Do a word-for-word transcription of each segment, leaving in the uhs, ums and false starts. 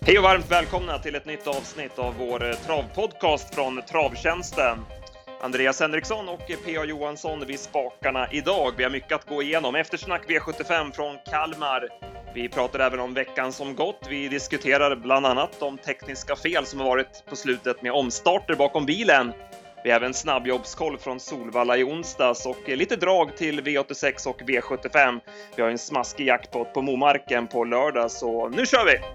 Hej och varmt välkomna till ett nytt avsnitt av vår travpodcast från Travtjänsten. Andreas Henriksson och P A Johansson vid spakarna idag. Vi har mycket att gå igenom. Eftersnack V sjuttiofem från Kalmar. Vi pratar även om veckan som gått. Vi diskuterar bland annat de tekniska fel som har varit på slutet med omstarter bakom bilen. Vi har även snabbjobbskoll från Solvalla i onsdags och lite drag till V åttiosex och V sjuttiofem. Vi har en smaskig jackpot på Momarken på lördag, så nu kör vi!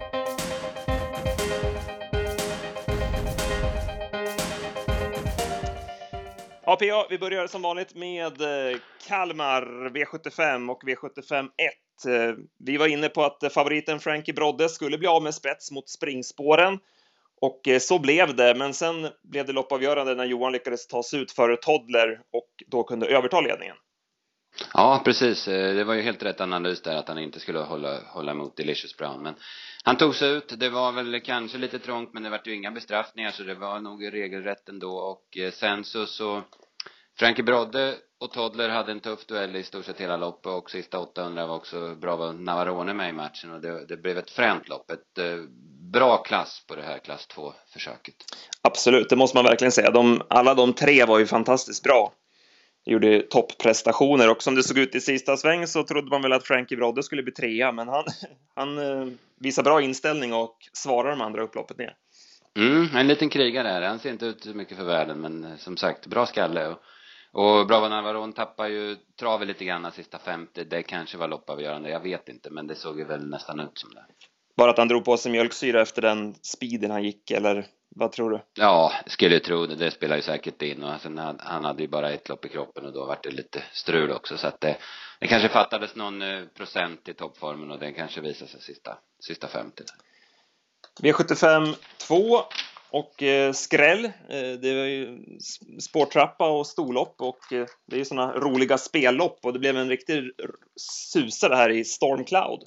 Ja, P A, vi börjar som vanligt med Kalmar V sjuttiofem och V sjuttiofem ett. Vi var inne på att favoriten Frankie Brodde skulle bli av med spets mot springspåren. Och så blev det, men sen blev det loppavgörande när Johan lyckades ta sig ut före Toddler och då kunde överta ledningen. Ja, precis. Det var ju helt rätt analys där att han inte skulle hålla, hålla emot Delicious Brown. Men han tog sig ut. Det var väl kanske lite trångt, men det var ju inga bestraffningar, så det var nog regelrätt ändå. Och sen så, så Frankie Brodde och Toddler hade en tuff duell i stort sett hela loppet, och sista åttahundra var också bra, var Navarone med i matchen, och det, det blev ett fränt lopp. Ett eh, bra klass på det här klass två-försöket. Absolut, det måste man verkligen säga. De, alla de tre var ju fantastiskt bra. Gjorde topprestationer, och som det såg ut i sista sväng så trodde man väl att Frankie Brodde skulle bli trea, men han, han eh, visar bra inställning och svarar de andra upploppet ner. Mm, en liten krigare där. Han ser inte ut så mycket för världen, men som sagt, bra skalle. Och, och Bravo Navarone tappar ju travet lite grann sista femtio. Det kanske var loppavgörande, jag vet inte, men det såg ju väl nästan ut som det. Bara att han drog på sig mjölksyra efter den speeden han gick, eller vad tror du? Ja, skulle jag tro det. Det spelar ju säkert in. Och sen hade, han hade ju bara ett lopp i kroppen, och då var det lite strul också. Så att det, det kanske fattades någon procent i toppformen, och det kanske visade sig sista, sista femtio. V sjuttiofem två och eh, skräll. Eh, det var ju spårtrappa och storlopp, och eh, det är ju såna roliga spellopp, och det blev en riktig susare här i Storm Cloud.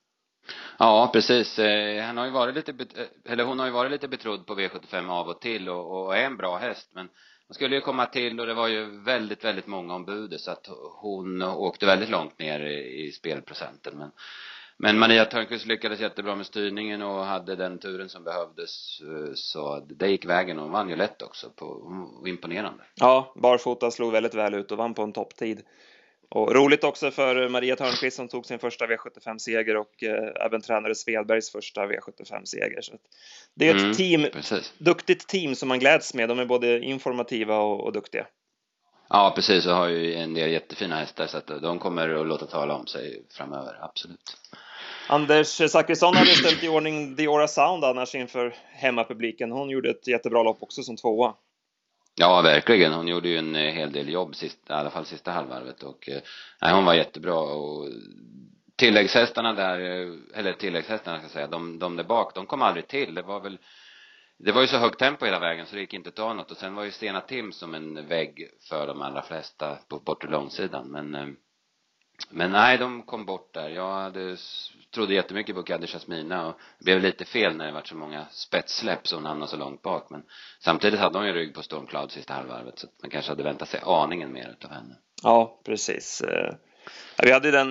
Ja, precis. Han har ju varit lite bet- eller hon har ju varit lite betrodd på V sjuttiofem av och till, och, och är en bra häst, men hon skulle ju komma till, och det var ju väldigt väldigt många ombud, så att hon åkte väldigt långt ner i, i spelprocenten. Men men Maria Törnqvist lyckades jättebra med styrningen och hade den turen som behövdes, så det gick vägen, och hon vann ju lätt också, på imponerande. Ja, barfota slog väldigt väl ut och vann på en topptid. Och roligt också för Maria Törnqvist som tog sin första V sjuttiofem-seger, och eh, även tränare Svedbergs första V sjuttiofem-seger. Så det är ett mm, team, precis. duktigt team som man gläds med. De är både informativa och, och duktiga. Ja, precis. Och har ju en del jättefina hästar, så att de kommer att låta tala om sig framöver, absolut. Anders Zachrisson hade ställt i ordning Diora Sound annars inför hemmapubliken. Hon gjorde ett jättebra lopp också som tvåa. Ja, verkligen. Hon gjorde ju en hel del jobb sist, i alla fall sista halvvarvet, och nej, hon var jättebra. Och tilläggshästarna där, eller tilläggshästarna ska jag säga, de, de där bak, de kom aldrig till. Det var väl, det var ju så högt tempo hela vägen, så det gick inte att ta något. Och sen var ju Stena Tim som en vägg för de allra flesta på bort- och långsidan. Men, men nej, de kom bort där. Jag hade, trodde jättemycket på Kadri Jasmina, och det blev lite fel när det var så många spetssläpp, så hon hamnade så långt bak. Men samtidigt hade hon ju rygg på Storm Cloud sista halvvarvet, så man kanske hade väntat sig aningen mer utav henne. Ja, precis. Vi hade den,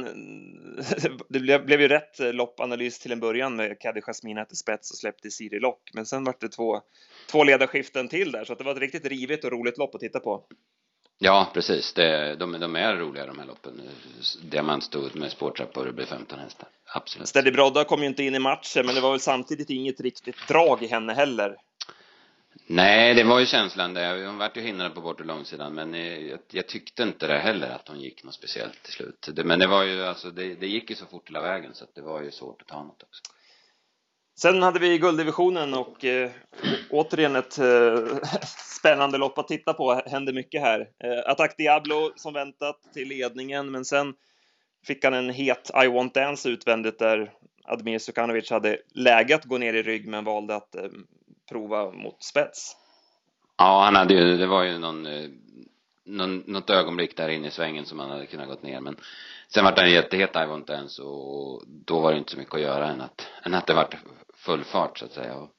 det blev, blev ju rätt loppanalys till en början med Kadri Jasmina till spets och släppte Siri Lock. Men sen var det två, två ledarskiften till där, så att det var ett riktigt rivigt och roligt lopp att titta på. Ja, precis. Det, de, de är roliga, de här loppen. Diamant stod med spårtrappa och det blev femton hästar. Absolut. Steady Brodda kom ju inte in i matchen, men det var väl samtidigt inget riktigt drag i henne heller. Nej, det var ju känslan där. Hon var ju hindrad på bort- och långsidan, men jag, jag tyckte inte det heller att hon gick något speciellt till slut. Det, men det var ju, alltså, det, det gick ju så fort hela vägen, så att det var ju svårt att ta något också. Sen hade vi gulddivisionen, och eh, återigen ett eh, spännande lopp att titta på. Hände mycket här. Eh, Attack Diablo som väntat till ledningen, men sen fick han en het I Want Dance utvändigt där Admir Sukanovic hade läge att gå ner i rygg, men valde att eh, prova mot spets. Ja, han hade ju, det var ju någon, någon, något ögonblick där inne i svängen som han hade kunnat gått ner, men sen var det en jättehet I Want Dance, och då var det inte så mycket att göra än att, än att det var full fart, så att säga. Och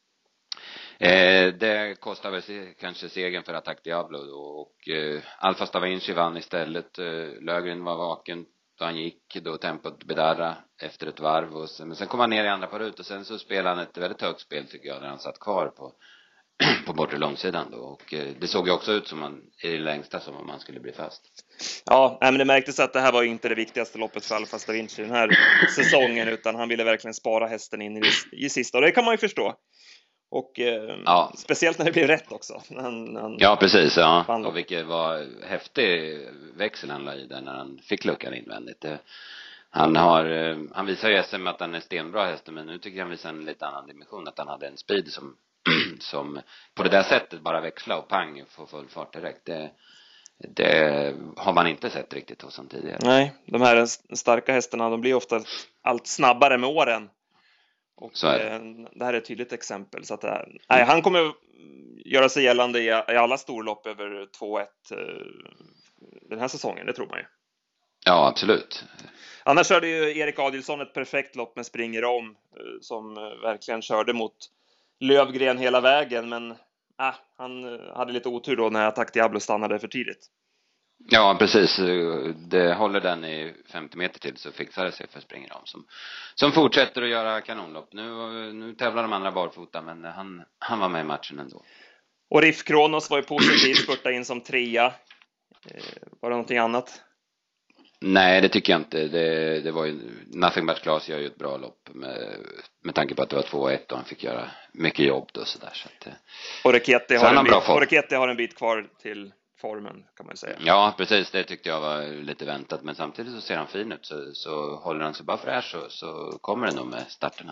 Eh, det kostade väl kanske segern för Attack Diablo då, och eh, Alfa Stavinci vann istället. eh, Lögren var vaken då han gick, då tempot bedarra efter ett varv. Och sen, men sen kom han ner i andra par ut och sen så spelade han ett väldigt högt spel tycker jag när han satt kvar på, på bortre långsidan då. Och eh, det såg ju också ut som man i det längsta som om man skulle bli fast. Ja, nej, men det märktes att det här var inte det viktigaste loppet för Alfa Stavinci den här säsongen, utan han ville verkligen spara hästen in i, i sista, och det kan man ju förstå. Och eh, ja. speciellt när det blev rätt också. Han, han ja, precis. Ja. Och vilket var häftig växel han la i där när han fick luckan invändigt. Det, han, har, han visar ju S M att han är stenbra hästen, men nu tycker jag han visar en lite annan dimension. Att han hade en speed som, som på det där sättet bara växla och pang få full fart direkt. Det, det har man inte sett riktigt hos honom tidigare. Nej, de här starka hästarna, de blir ofta allt snabbare med åren. Och så är det. det här är ett tydligt exempel. Så att det här, nej, han kommer göra sig gällande i, i alla storlopp över två ett eh, den här säsongen, det tror man ju. Ja, absolut. Annars körde ju Erik Adilsson ett perfekt lopp med Springer om, eh, som eh, verkligen körde mot Lövgren hela vägen. Men äh, han eh, hade lite otur då när Attack Diablo stannade för tidigt. Ja, precis. Det håller den i femtio meter till så fixar det sig för Springer om som, som fortsätter att göra kanonlopp. Nu, nu tävlar de andra barfota, men han, han var med i matchen ändå. Och Riff Kronos var ju positivt, spurta in som trea. Eh, var det någonting annat? Nej, det tycker jag inte. Det, det var ju Nothing But Class gör ju ett bra lopp med, med tanke på att det var två ett och han fick göra mycket jobb då så där, så att, och Reketti har, har, har en bit kvar till formen kan man säga. Ja, precis. Det tyckte jag var lite väntat. Men samtidigt så ser han fin ut. Så, så håller han sig bara fräsch så, så kommer det nog med starterna.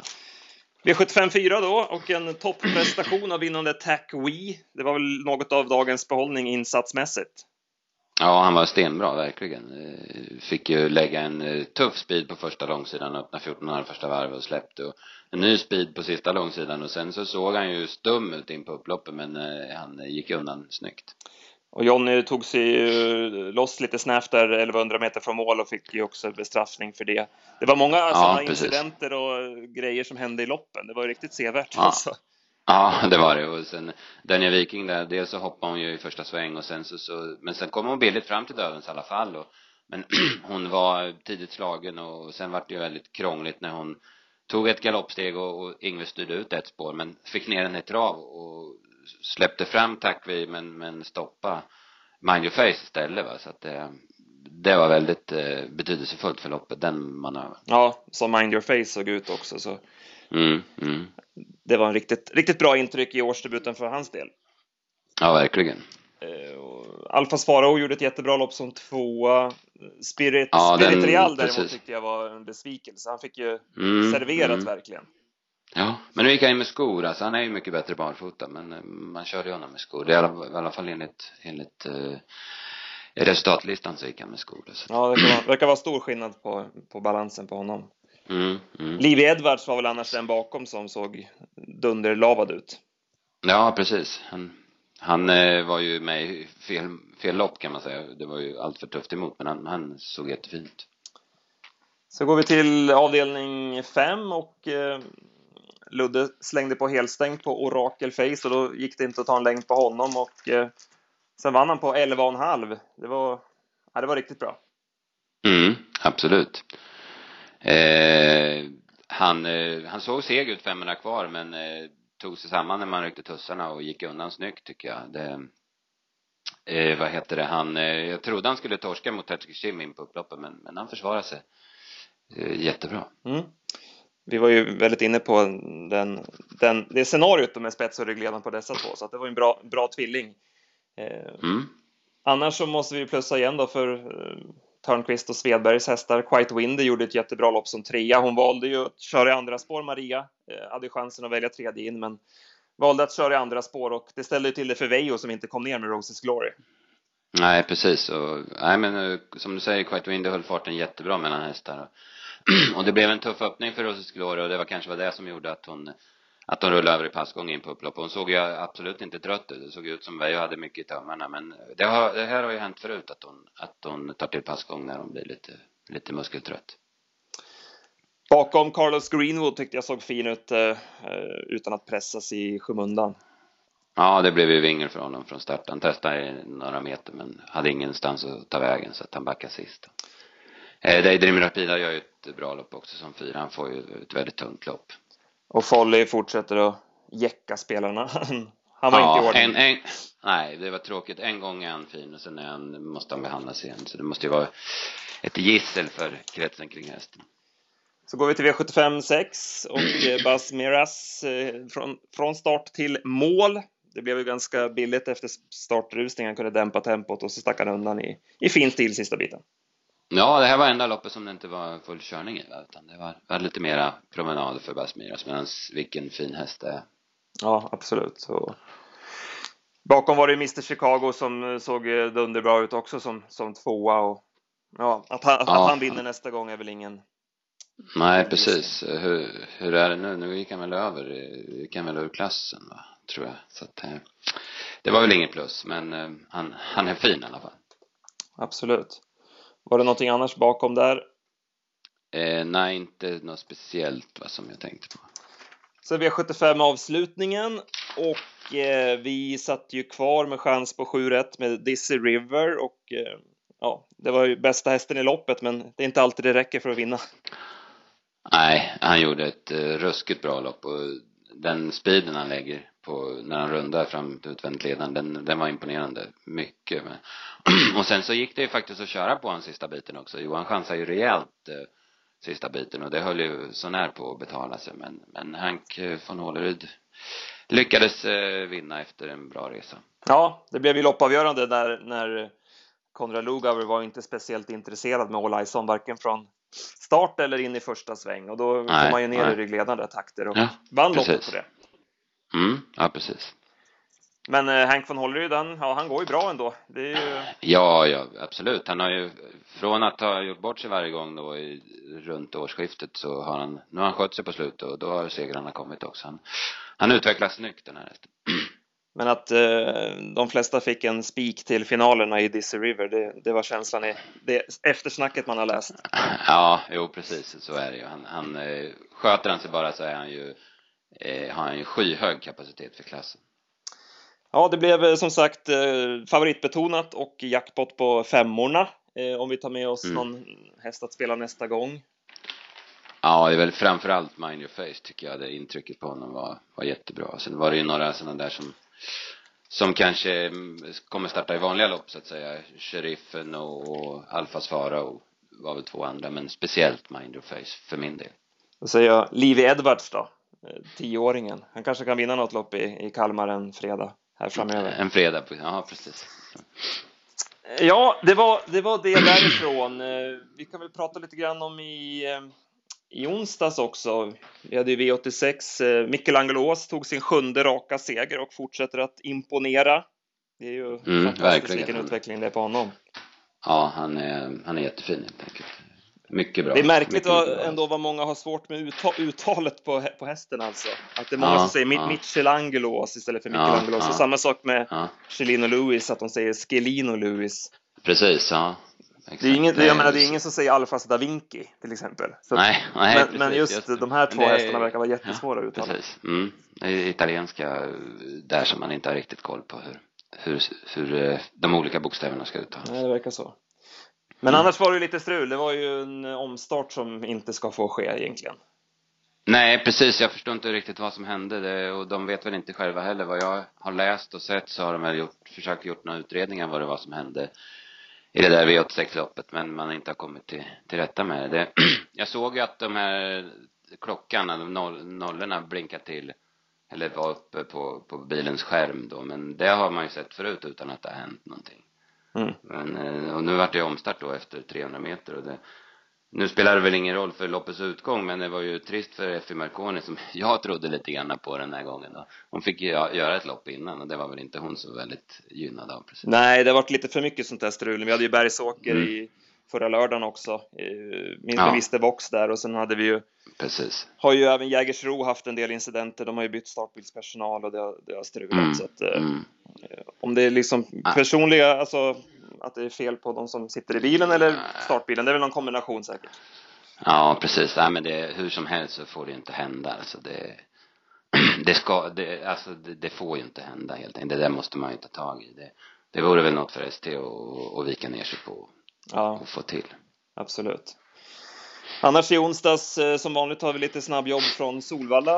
V sjuttiofem fyra då och en toppprestation av vinnande Tack We. Det var väl något av dagens behållning insatsmässigt. Ja, han var stenbra verkligen. Fick ju lägga en tuff speed på första långsidan och öppna fjorton komma fem första varv och släppte. Och en ny speed på sista långsidan och sen så såg han ju stum ut in på upploppet, men han gick undan snyggt. Och Johnny tog sig loss lite snäft där elvahundra meter från mål och fick ju också bestraffning för det. Det var många ja, sådana incidenter och grejer som hände i loppen. Det var ju riktigt sevärt ja. alltså. Ja, det var det. Och sen Daniel Viking där, dels så hoppade hon ju i första sväng och sen så, så men sen kom hon billigt fram till dödens i alla fall. Och, men hon var tidigt slagen och sen var det ju väldigt krångligt när hon tog ett galoppsteg och, och Ingve styrde ut ett spår men fick ner den i trav och släppte fram tack vi men, men stoppa Mind Your Face istället va? Så att det, det var väldigt eh, betydelsefullt för loppet, den manövern. Ja, som Mind Your Face såg ut också så mm, mm. Det var en riktigt, riktigt bra intryck i årsdebuten för hans del. Ja, verkligen. eh, Alfa Sparrow gjorde ett jättebra lopp som tvåa. Spirit, ja, Spirit den, Real däremot precis. Tyckte jag var en besvikelse. Han fick ju mm, serverat mm. verkligen. Ja, men nu gick han in med skor. Alltså, han är ju mycket bättre barfota, men man körde ju honom med skor. Det är i alla, i alla fall enligt, enligt uh, resultatlistan så gick han med skor. Så. Ja, det verkar, verkar vara stor skillnad på, på balansen på honom. Mm, mm. Livy Edwards var väl annars den bakom som såg dunderlavad ut. Ja, precis. Han, han eh, var ju med i fel, fel lopp kan man säga. Det var ju allt för tufft emot, men han, han såg jättefint. Så går vi till avdelning fem och eh, Ludde slängde på helstängt på Oracle Face och då gick det inte att ta en längd på honom och eh, sen vann han på elva komma fem. Det var, ja, det var riktigt bra. Mm, absolut. Eh, han, eh, han såg seg ut femhundra kvar men eh, tog sig samman när man ryckte tussarna och gick undan snyggt tycker jag. Det, eh, vad heter det? Han, eh, jag trodde han skulle torska mot Tetsuki Shim in på upploppet men, men han försvarade sig eh, jättebra. Mm. Vi var ju väldigt inne på den, den, det scenariot med spets och ryggledaren på dessa två så att det var en bra, bra tvilling. Eh, mm. Annars så måste vi plussa igen då för eh, Törnqvist och Svedbergs hästar. Quite Windy gjorde ett jättebra lopp som trea. Hon valde ju att köra i andra spår, Maria. Eh, hade chansen att välja tredje in, men valde att köra i andra spår. Och det ställde till det för Vejo som inte kom ner med Roses Glory. Nej, precis. Och, nej, men som du säger, Quite Windy höll farten jättebra mellan hästar. Och det blev en tuff öppning för Roses Glory. Och det var kanske var det som gjorde att hon, att hon rullade över i passgång in på upplopp. Hon såg ju absolut inte trött ut. Det såg ut som Vejo hade mycket i tömmarna. Men det, har, det här har ju hänt förut att hon, att hon tar till passgång när hon blir lite, lite muskeltrött. Bakom Carlos Greenwood tyckte jag såg fin ut eh, utan att pressas i skymundan. Ja, det blev ju vingel för honom från start. Han testade några meter men hade ingenstans att ta vägen så att han backade sist. Eh, Daydream Rapida gör ju ett bra lopp också som fyra. Han får ju ett väldigt tungt lopp. Och Folly fortsätter att jäcka spelarna. Han var ja, inte i ordning. En, en, nej, det var tråkigt. En gång är han fin och sen är han, måste han behandlas igen. Så det måste ju vara ett gissel för kretsen kring hästen. Så går vi till V sjuttiofem sex och Bas Miras från, från start till mål. Det blev ju ganska billigt efter startrusningen. Han kunde dämpa tempot och så stack han undan i, i fin stil sista biten. Ja, det här var enda loppet som det inte var full körning i, utan det var, var lite mera promenad för Bas Miras, medan vilken fin häst det är. Ja, absolut. Så. Bakom var det mister Chicago som såg dunderbra ut också som, som tvåa. Och, ja, att, han, ja. att han vinner nästa gång är väl ingen... Nej, precis. Hur, hur är det nu? Nu gick han väl över, gick han väl ur klassen, va? Tror jag. Så att, det var väl inget plus, men han, han är fin i alla fall. Absolut. Var det någonting annars bakom där? Eh, nej, inte något speciellt vad som jag tänkte på. Så V sjuttiofem avslutningen och eh, vi satt ju kvar med chans på sju rätt med Dizzy River och eh, ja, det var ju bästa hästen i loppet, men det är inte alltid det räcker för att vinna. Nej, han gjorde ett uh, ruskigt bra lopp och den speeden han lägger på när han rundar fram till utvändigt ledan, den, den var imponerande mycket. Men och sen så gick det ju faktiskt att köra på hans sista biten också. Johan chansade ju rejält uh, sista biten och det höll ju så när på att betala sig, men, men Hank von Hålerud lyckades uh, vinna efter en bra resa. Ja, det blev ju loppavgörande där när Konrad Lugauer var inte speciellt intresserad med All Eyes On, varken från start eller in i första sväng, och då nej, kom man ju ner nej. i ryggledande takter och ja, vann loppet på det. Mm, ja, precis. Men eh, Hank von Hålerud, han, ja, han går ju bra ändå. Det är ju... Ja, ja, absolut. Han har ju, från att ha gjort bort sig varje gång då i, runt årsskiftet, så har han, nu har han skött sig på slutet och då har segrarna kommit också. Han, han utvecklas snyggt den här hästen. Men att eh, de flesta fick en spik till finalerna i Dizzy River, det, det var känslan i det eftersnacket man har läst. Ja, jo precis, så är det ju. Han, han eh, sköter han sig bara så är han ju, eh, har han ju skyhög kapacitet för klassen. Ja, det blev som sagt eh, favoritbetonat och jackpot på femmorna. Eh, om vi tar med oss mm. någon häst att spela nästa gång. Ja, det är väl framförallt Mind Your Face tycker jag. Det intrycket på honom var, var jättebra. Sen var det ju några sådana där som som kanske kommer starta i vanliga lopp så att säga. Sheriffen och Alfas Fara och var väl två andra, men speciellt Mind Your Face för min del. Då säger jag Livy Edwards då, tioåringen. Han kanske kan vinna något lopp i, i Kalmar en fredag här framöver. En fredag, ja precis. Ja, det var, det var det därifrån. Vi kan väl prata lite grann om i... I onsdags också, vi hade ju V åttiosex, Michelangelo Ås tog sin sjunde raka seger och fortsätter att imponera. Det är ju mm, fantastiskt vilken utveckling det är på honom. Ja, han är, han är jättefin helt enkelt. Mycket bra. Det är märkligt vad, ändå vad många har svårt med uttalet på, på hästen alltså. Att det är många ja, som säger ja. Michelangelo Ås istället för Michelangelo Ås. Ja, ja. Samma sak med ja. Chelino Lewis, att de säger Schelino Lewis. Precis, ja. Exakt. Det är ingen, det, jag menar, det är ingen som säger Alfas da Vinci till exempel. Så nej, nej, men, precis, men just, just de här två det, hästarna verkar vara jättesvåra ja, att uttala. Precis. Mm. Det är italienska där som man inte har riktigt koll på hur, hur, hur de olika bokstäverna ska uttalas. Nej, det verkar så. Men mm. annars var det ju lite strul. Det var ju en omstart som inte ska få ske egentligen. Nej, precis. Jag förstår inte riktigt vad som hände. Det, och de vet väl inte själva heller. Vad jag har läst och sett så har de väl gjort, försökt gjort några utredningar vad det var som hände i det där V åttiosex-loppet, men man inte har kommit till, till rätta med det. Jag såg ju att de här klockan, de noll, nollorna blinkade till, eller var uppe på, på bilens skärm då, men det har man ju sett förut utan att det har hänt någonting. Mm. Men, och nu var det omstart då efter trehundra meter och det, nu spelar det väl ingen roll för loppets utgång, men det var ju trist för Effie Marconi som jag trodde lite grann på den här gången då. Hon fick ju göra ett lopp innan och det var väl inte hon så väldigt gynnad av precis. Nej, det har varit lite för mycket sånt här strul. Vi hade ju Bergsåker mm. i förra lördagen också. Min ja. Mister Vox där och sen hade vi ju precis. Har ju även Jägersro haft en del incidenter. De har ju bytt startbilspersonal och det har, det har strulat mm. så att mm. om det är liksom personliga, alltså att det är fel på de som sitter i bilen eller startbilen, det är väl någon kombination säkert. Ja, precis. Nej, men det, hur som helst så får det inte hända. Alltså det, det, ska, det, alltså det, det får ju inte hända helt enkelt. Det där måste man ju ta tag i. Det, det vore väl något för S T att vika ner sig på ja. och få till. absolut. Annars i onsdags, som vanligt, har vi lite snabbjobb från Solvalla.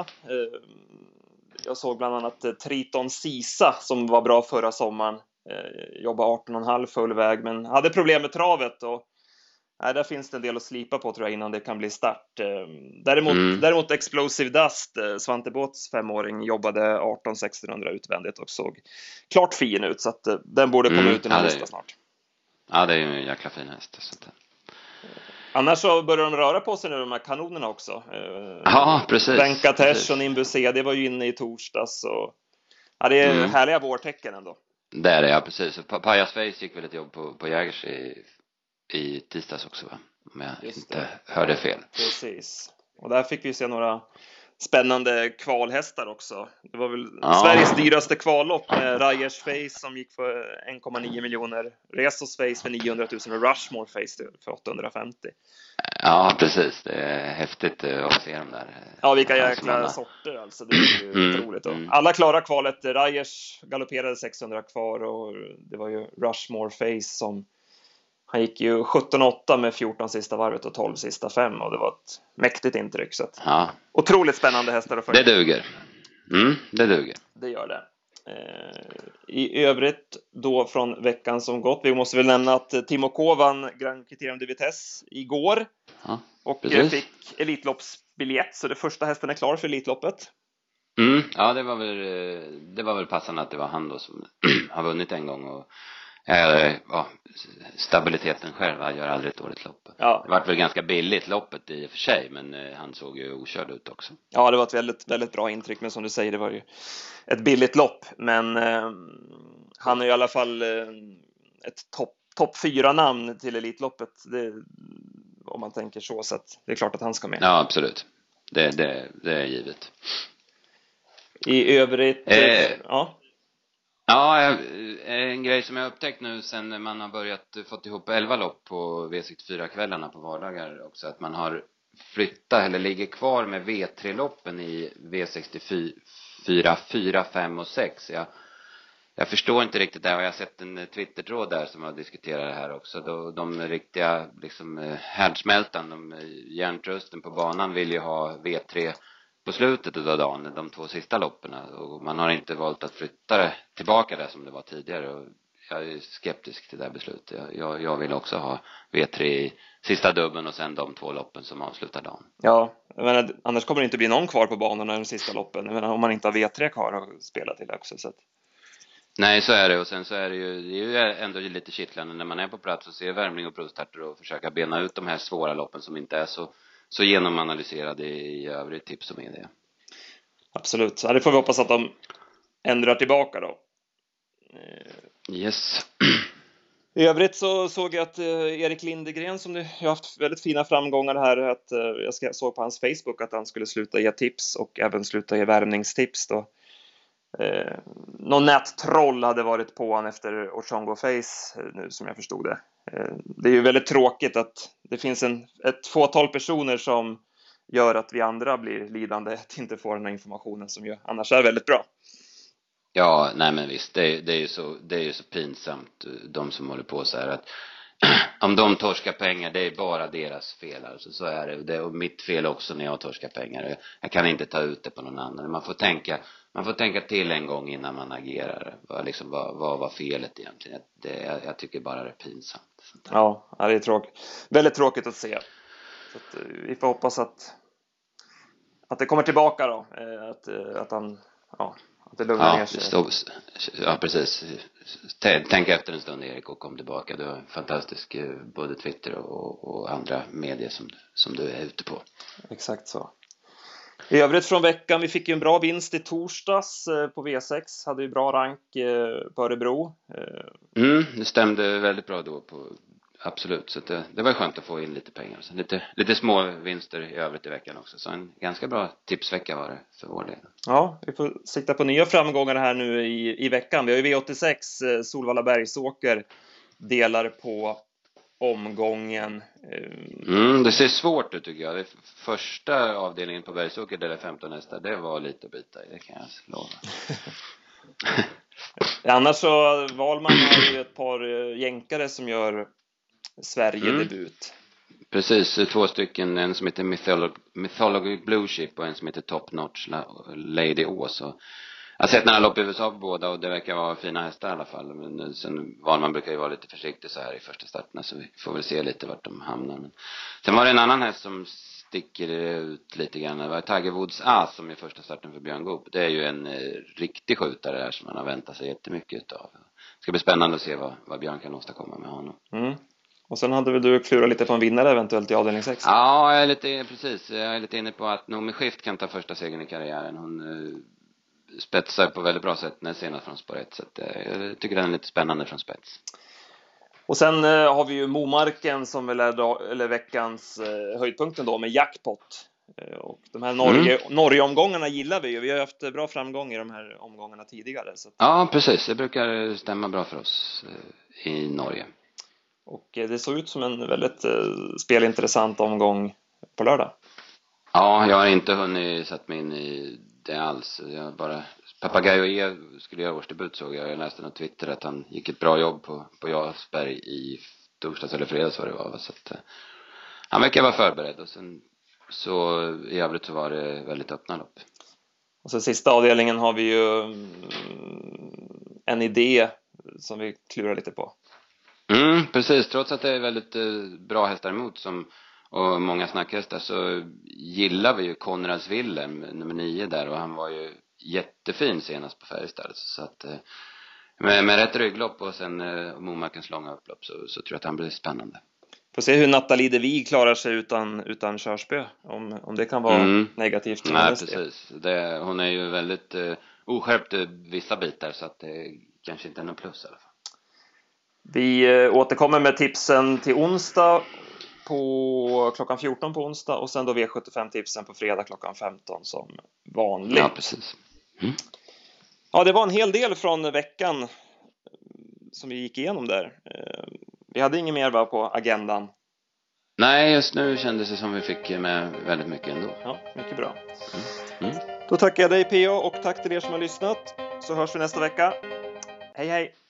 Jag såg bland annat Triton Sisa som var bra förra sommaren. Jobbade arton komma fem full väg, men hade problem med travet. Och nej, där finns det en del att slipa på, tror jag, innan det kan bli start. Däremot, mm. däremot Explosive Dust, Svante Båths femåring, jobbade arton sextonhundra utvändigt och såg klart fin ut. Så att den borde komma mm. ut i ja, nästa snart. Ja, det är ju en jäkla fin häst. Så att... Annars så börjar de röra på sig nu, de här kanonerna också. Ja, precis. Venkatesh och Nimbus C, det var ju inne i torsdags. Och... Ja, det är mm. härliga vårtecken ändå. Det är det, ja, precis. Pajas Face gick väl ett jobb på, på Jägers i, i tisdags också, va? Om jag Just inte det. hörde fel. Precis. Och där fick vi se några spännande kvalhästar också. Det var väl ja. Sveriges dyraste kvallopp med Rajers Face som gick för en komma nio miljoner, Rezos Face för niohundratusen och Rushmore Face för åttahundrafemtio. Ja, precis. Det är häftigt att se dem där. Ja, vilka jäkla sorter alltså. Det är ju mm, otroligt. Mm. Alla klara kvalet. Rajers galopperade sexhundra kvar och det var ju Rushmore Face som han gick ju sjutton åtta med fjorton sista varvet och tolv sista fem, och det var ett mäktigt intryck. Så att, ja. Otroligt spännande hästar att följa. Det duger. Mm, det duger. Det gör det. Eh, I övrigt då från veckan som gått, vi måste väl nämna att Timo K vann Grand Criterium de Vitesse igår. Ja, och precis. Fick Elitloppsbiljett, så det första hästen är klar för Elitloppet. Mm, ja, det var väl det var väl passande att det var han då som har vunnit en gång, och ja, stabiliteten själv, han gör aldrig ett dåligt lopp. Ja. Det var väl ganska billigt loppet i och för sig, men han såg ju okörd ut också. Ja, det var ett väldigt, väldigt bra intryck, men som du säger, det var ju ett billigt lopp. Men eh, han är i alla fall eh, ett topp top fyra namn till Elitloppet, det, om man tänker så, så att det är klart att han ska med. Ja, absolut. Det, det, det är givet. I övrigt, eh, ja. Ja, en grej som jag upptäckt nu sen man har börjat fått ihop elva lopp på V sextiofyra-kvällarna på vardagar också, att man har flyttat eller ligger kvar med V tre-loppen i V sextiofyra, fyra, fem och sex. Jag, jag förstår inte riktigt det, och jag har sett en Twitter-tråd där som har diskuterat det här också. De, de riktiga liksom härdsmältan, de hjärntrusten på banan vill ju ha V tre på slutet av dagen, de två sista loppen, och man har inte valt att flytta det tillbaka där som det var tidigare, och jag är skeptisk till det här beslutet. Jag, jag, jag vill också ha V tre i sista dubben och sen de två loppen som avslutar dagen. Ja, men annars kommer det inte bli någon kvar på banorna de sista loppen, men om man inte har V tre kvar att spela till också. Så att... Nej, så är det, och sen så är det ju, det är ju ändå lite kittlande när man är på plats och ser värmning och provstarter och försöka bena ut de här svåra loppen som inte är så Så genomanalyserade i övrigt tips som är det. Absolut, så det får vi hoppas att de ändrar tillbaka då. Yes. I övrigt så såg jag att Erik Lindegren, som nu har haft väldigt fina framgångar här, att jag såg på hans Facebook att han skulle sluta ge tips och även sluta ge värmningstips då. Eh, någon nättroll hade varit på han efter Ochongo Face nu, som jag förstod det. Eh, det är ju väldigt tråkigt att det finns en, ett fåtal personer som gör att vi andra blir lidande, att inte få den här informationen som ju annars är väldigt bra. Ja, nej men visst, det, det är ju så, det är ju så pinsamt, de som håller på så här, att om de torskar pengar, det är bara deras fel, alltså, så är det. Det är mitt fel också när jag torskar pengar. Jag kan inte ta ut det på någon annan. Man får tänka, man får tänka till en gång innan man agerar. Vad, liksom, vad, vad var felet egentligen? Det, jag, jag tycker bara det är pinsamt. Ja, det är tråkigt. Väldigt tråkigt att se. Så att, vi får hoppas att att det kommer tillbaka då. Att, att han, ja, att det lugnar ja, ner sig. Stå, ja, precis. Tänk efter en stund, Erik, och kom tillbaka. Du har en fantastisk både Twitter och, och andra medier som, som du är ute på. Exakt så. I övrigt från veckan, vi fick ju en bra vinst i torsdags på V sex. Hade ju bra rank på Örebro. Mm, det stämde väldigt bra då på, absolut. Så det, det var skönt att få in lite pengar. Så lite, lite små vinster i övrigt i veckan också. Så en ganska bra tipsvecka var det för vår del. Ja, vi får sikta på nya framgångar här nu i, i veckan. Vi har ju V åttiosex, Solvalla Bergsåker delar på omgången. Mm, det ser svårt ut tycker jag. Det första avdelningen på Bergsåker där det är femton hästar, det var lite att bita i, det kan jag lova. Annars så Valman har ju ett par jänkare som gör Sverige-debut. precis. Två stycken, en som heter Mytholo- Mythology Blue Chip och en som heter Top Notch Lady Å. Så jag har sett några lopp i U S A på båda och det verkar vara fina hästar i alla fall. Men sen var man brukar ju vara lite försiktig så här i första starten, så vi får väl se lite vart de hamnar. Men sen var det en annan häst som sticker ut lite grann. Det var Tiger Woods As som i första starten för Björn Goop. Det är ju en eh, riktig skjutare där som man har väntat sig jättemycket utav. Det ska bli spännande att se vad, vad Björn kan åstadkomma med honom. Mm. Och sen hade väl du klurat lite på en vinnare eventuellt i avdelning sex? Ja, jag är lite, precis. Jag är lite inne på att Noomi Skift kan ta första segern i karriären. Hon eh, spetsar på väldigt bra sätt när senast från spår ett. Så att, eh, jag tycker den är lite spännande från spets. Och sen eh, har vi ju Momarken som väl är dag, eller veckans eh, höjdpunkten då med jackpot. Eh, och de här Norge, mm. Norge-omgångarna gillar vi ju. Vi har haft bra framgång i de här omgångarna tidigare. Så att... Ja, precis. Det brukar stämma bra för oss eh, i Norge. Och eh, det såg ut som en väldigt eh, spelintressant omgång på lördag. Ja, jag har inte hunnit sätta mig in i det alls. Jag bara... Papagayo E skulle göra årsdebut, såg jag. Jag läste något Twitter att han gick ett bra jobb på, på Jarlsberg i torsdags eller fredags vad det var. Så att, han verkar vara förberedd. Och sen så i övrigt så var det väldigt öppna lopp. Och så sista avdelningen har vi ju en idé som vi klurar lite på. Mm, precis. Trots att det är väldigt bra hästar emot som, och många snackhästar, så gillar vi ju Konrads Willem, nummer nio där. Och han var ju jättefin senast på Färjestad. Så att med, med rätt rygglopp och sen uh, Momarkens långa upplopp så, så tror jag att han blir spännande. Får se hur Nathalie de Wieg klarar sig utan, utan körspö. Om, om det kan vara mm. negativt. Nej, precis. Det, hon är ju väldigt uh, oskärpt i vissa bitar, så att det kanske inte är någon plus i alla fall. Vi uh, återkommer med tipsen till onsdag på klockan fjorton på onsdag. Och sen då V sjuttiofem-tipsen på fredag klockan femton som vanligt. Ja, precis. Mm. Ja, det var en hel del från veckan som vi gick igenom där. Vi hade inget mer va, på agendan. Nej, just nu kändes det som vi fick med väldigt mycket ändå. Ja, mycket bra. Mm. Mm. Då tackar jag dig P O och tack till er som har lyssnat. Så hörs vi nästa vecka. Hej hej!